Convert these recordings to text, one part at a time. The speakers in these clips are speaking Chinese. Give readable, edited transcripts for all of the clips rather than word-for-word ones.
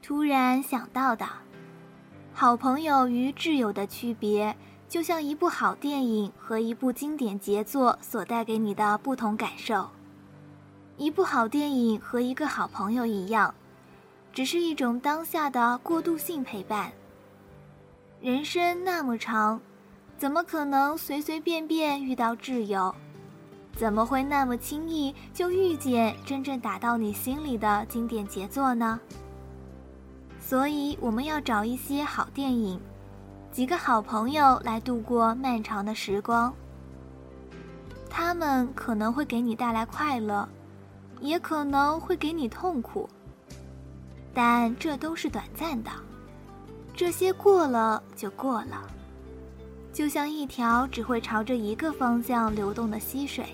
突然想到的，好朋友与挚友的区别，就像一部好电影和一部经典杰作所带给你的不同感受。一部好电影和一个好朋友一样，只是一种当下的过渡性陪伴。人生那么长，怎么可能随随便便遇到挚友？怎么会那么轻易就遇见真正打到你心里的经典杰作呢？所以我们要找一些好电影，几个好朋友来度过漫长的时光。他们可能会给你带来快乐，也可能会给你痛苦，但这都是短暂的，这些过了就过了，就像一条只会朝着一个方向流动的溪水。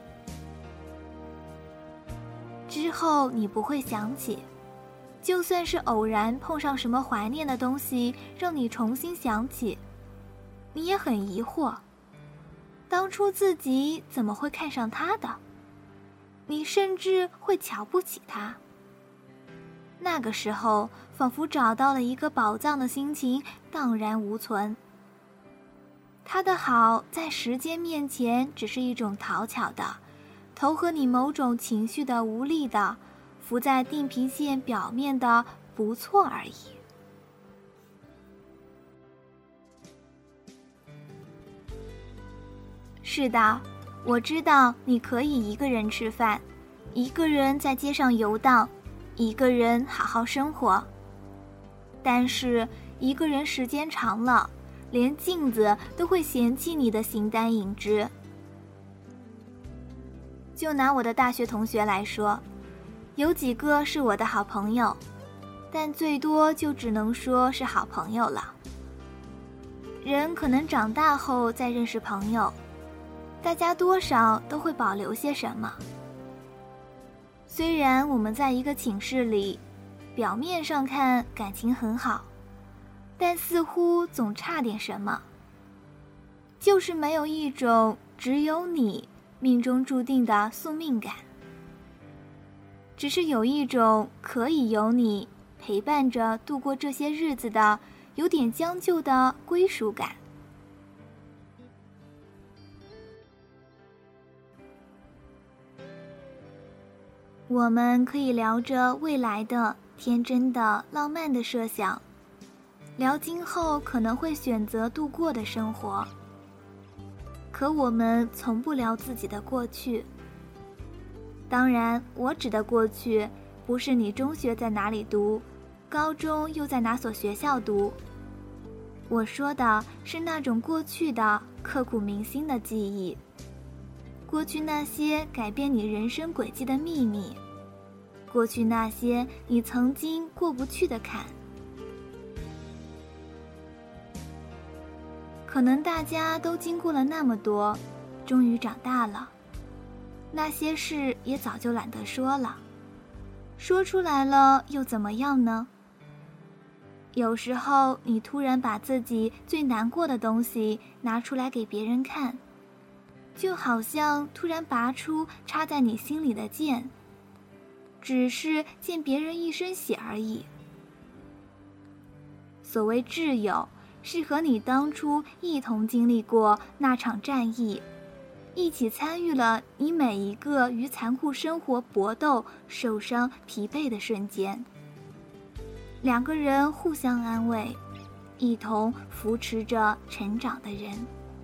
之后你不会想起，就算是偶然碰上什么怀念的东西让你重新想起，你也很疑惑，当初自己怎么会看上他的？你甚至会瞧不起他。那个时候仿佛找到了一个宝藏的心情荡然无存。他的好在时间面前只是一种讨巧的，投合你某种情绪的无力的，浮在地平线表面的不错而已。是的，我知道你可以一个人吃饭，一个人在街上游荡，一个人好好生活。但是一个人时间长了，连镜子都会嫌弃你的形单影只。就拿我的大学同学来说，有几个是我的好朋友，但最多就只能说是好朋友了。人可能长大后再认识朋友，大家多少都会保留些什么。虽然我们在一个寝室里，表面上看感情很好，但似乎总差点什么，就是没有一种只有你命中注定的宿命感，只是有一种可以有你陪伴着度过这些日子的有点将就的归属感。我们可以聊着未来的天真的浪漫的设想，聊今后可能会选择度过的生活，可我们从不聊自己的过去。当然，我指的过去不是你中学在哪里读，高中又在哪所学校读，我说的是那种过去的刻骨铭心的记忆，过去那些改变你人生轨迹的秘密，过去那些你曾经过不去的坎。可能大家都经过了那么多，终于长大了，那些事也早就懒得说了，说出来了又怎么样呢？有时候你突然把自己最难过的东西拿出来给别人看，就好像突然拔出插在你心里的剑，只是溅别人一身血而已。所谓挚友，是和你当初一同经历过那场战役，一起参与了你每一个与残酷生活搏斗、受伤、疲惫的瞬间。两个人互相安慰，一同扶持着成长的人。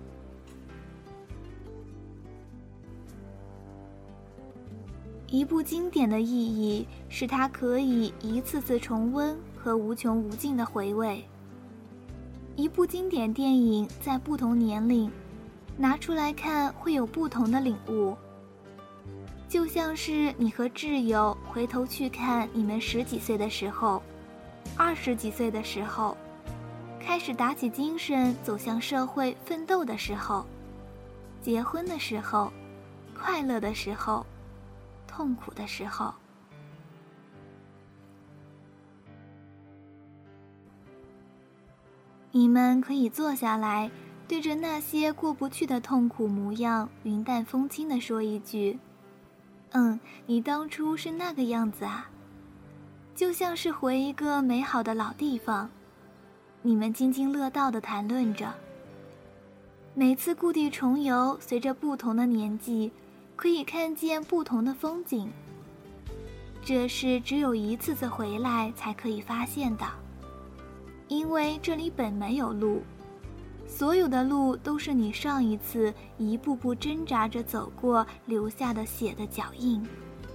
一部经典的意义是它可以一次次重温和无穷无尽的回味。一部经典电影在不同年龄拿出来看会有不同的领悟，就像是你和挚友回头去看你们10几岁的时候，20几岁的时候，开始打起精神走向社会奋斗的时候，结婚的时候，快乐的时候，痛苦的时候。你们可以坐下来，对着那些过不去的痛苦模样云淡风轻地说一句，你当初是那个样子啊。 就像是回一个美好的老地方，你们津津乐道地谈论着。每次故地重游，随着不同的年纪，可以看见不同的风景。这是只有一次次回来才可以发现的，因为这里本没有路，所有的路都是你上一次一步步挣扎着走过留下的血的脚印。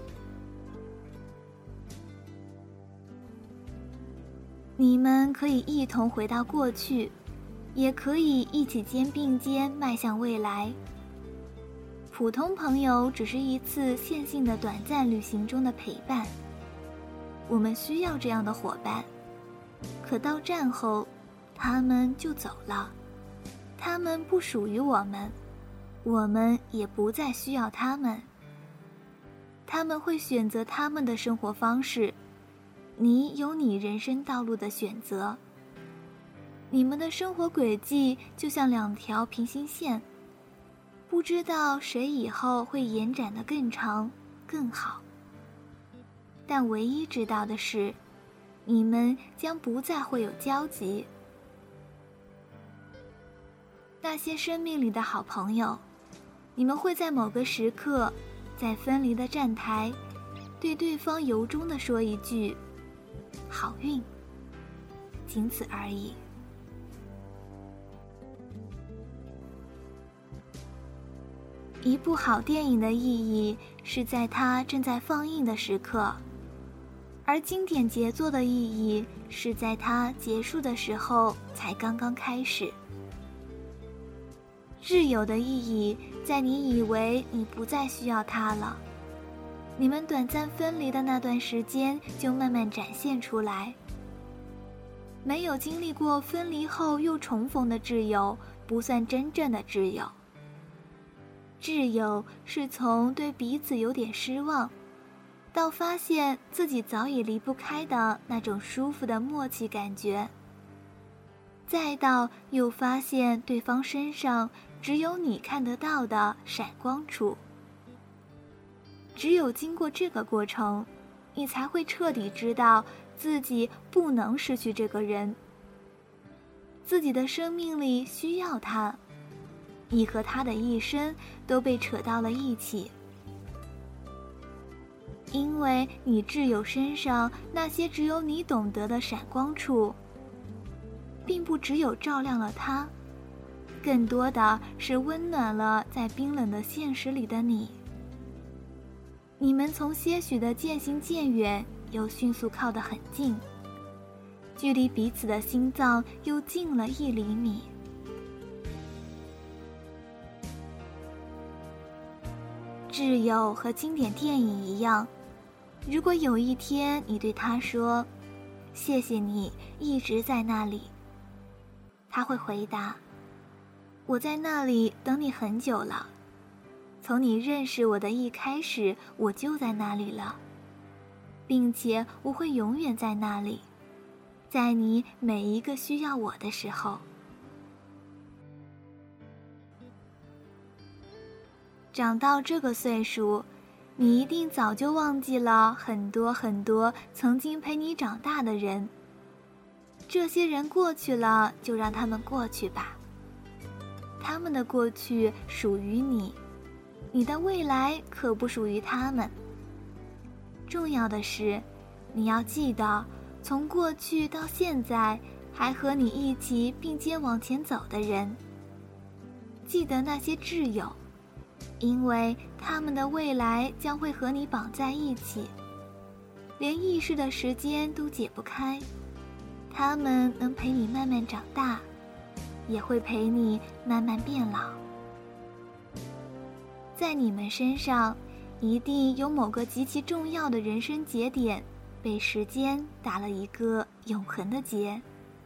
你们可以一同回到过去，也可以一起肩并肩迈向未来。普通朋友只是一次线性的短暂旅行中的陪伴，我们需要这样的伙伴。可到站后，他们就走了，他们不属于我们，我们也不再需要他们。他们会选择他们的生活方式，你有你人生道路的选择。你们的生活轨迹就像两条平行线，不知道谁以后会延展得更长更好，但唯一知道的是，你们将不再会有交集。那些生命里的好朋友，你们会在某个时刻，在分离的站台，对对方由衷地说一句好运，仅此而已。一部好电影的意义是在它正在放映的时刻，而经典杰作的意义是在它结束的时候才刚刚开始。挚友的意义在你以为你不再需要它了，你们短暂分离的那段时间就慢慢展现出来。没有经历过分离后又重逢的挚友，不算真正的挚友。挚友是从对彼此有点失望，到发现自己早已离不开的那种舒服的默契感觉，再到又发现对方身上只有你看得到的闪光处。只有经过这个过程，你才会彻底知道自己不能失去这个人，自己的生命里需要他，你和他的一生都被扯到了一起。因为你挚友身上那些只有你懂得的闪光处，并不只有照亮了他，更多的是温暖了在冰冷的现实里的你。你们从些许的渐行渐远，又迅速靠得很近，距离彼此的心脏又近了1厘米。挚友和经典电影一样，如果有一天你对他说谢谢你一直在那里，他会回答，我在那里等你很久了，从你认识我的一开始，我就在那里了，并且我会永远在那里，在你每一个需要我的时候。长到这个岁数，你一定早就忘记了很多很多曾经陪你长大的人。这些人过去了，就让他们过去吧。他们的过去属于你，你的未来可不属于他们。重要的是，你要记得，从过去到现在，还和你一起并肩往前走的人。记得那些挚友，因为他们的未来将会和你绑在一起，连意识的时间都解不开。他们能陪你慢慢长大，也会陪你慢慢变老。在你们身上，一定有某个极其重要的人生节点，被时间打了一个永恒的结。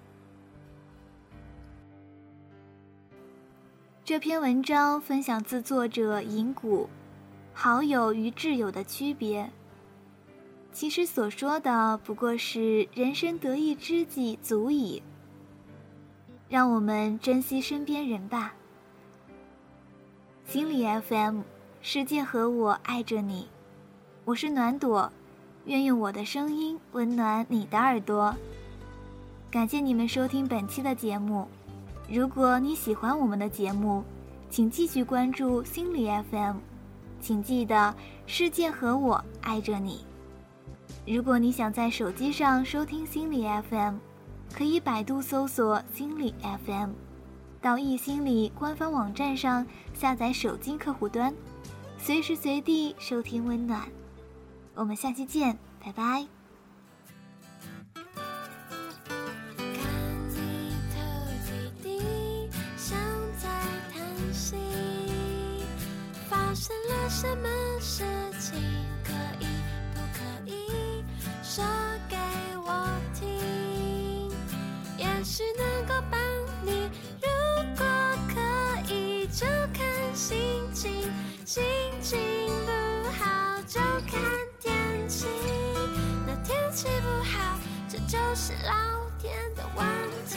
这篇文章分享自作者银谷，好友与挚友的区别。其实所说的不过是人生得意知己足矣。让我们珍惜身边人吧。心理 FM， 世界和我爱着你，我是暖朵， 愿用我的声音温暖你的耳朵。感谢你们收听本期的节目。如果你喜欢我们的节目，请继续关注心理 FM。请记得，世界和我爱着你。如果你想在手机上收听心理 FM， 可以百度搜索心理 FM， 到易心理官方网站上下载手机客户端，随时随地收听温暖。我们下期见，拜拜。 发生了什么事情，可以不可以说给我听？也许能够帮你，如果可以就看心情，心情不好就看天气。那天气不好，这就是老天的问题。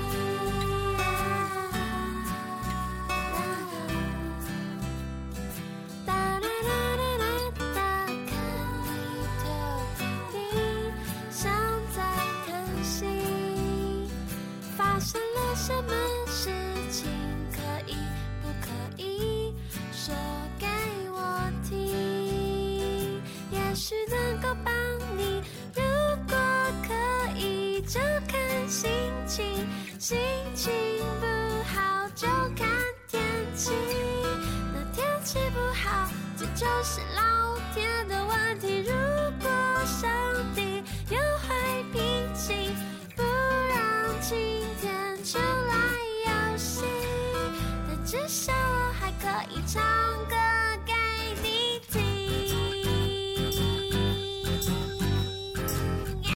发生了什么事情，可以不可以说给我听？也许能够帮你，如果可以就看心情，心情不好就看天气。那天气不好，这就是老天的问题。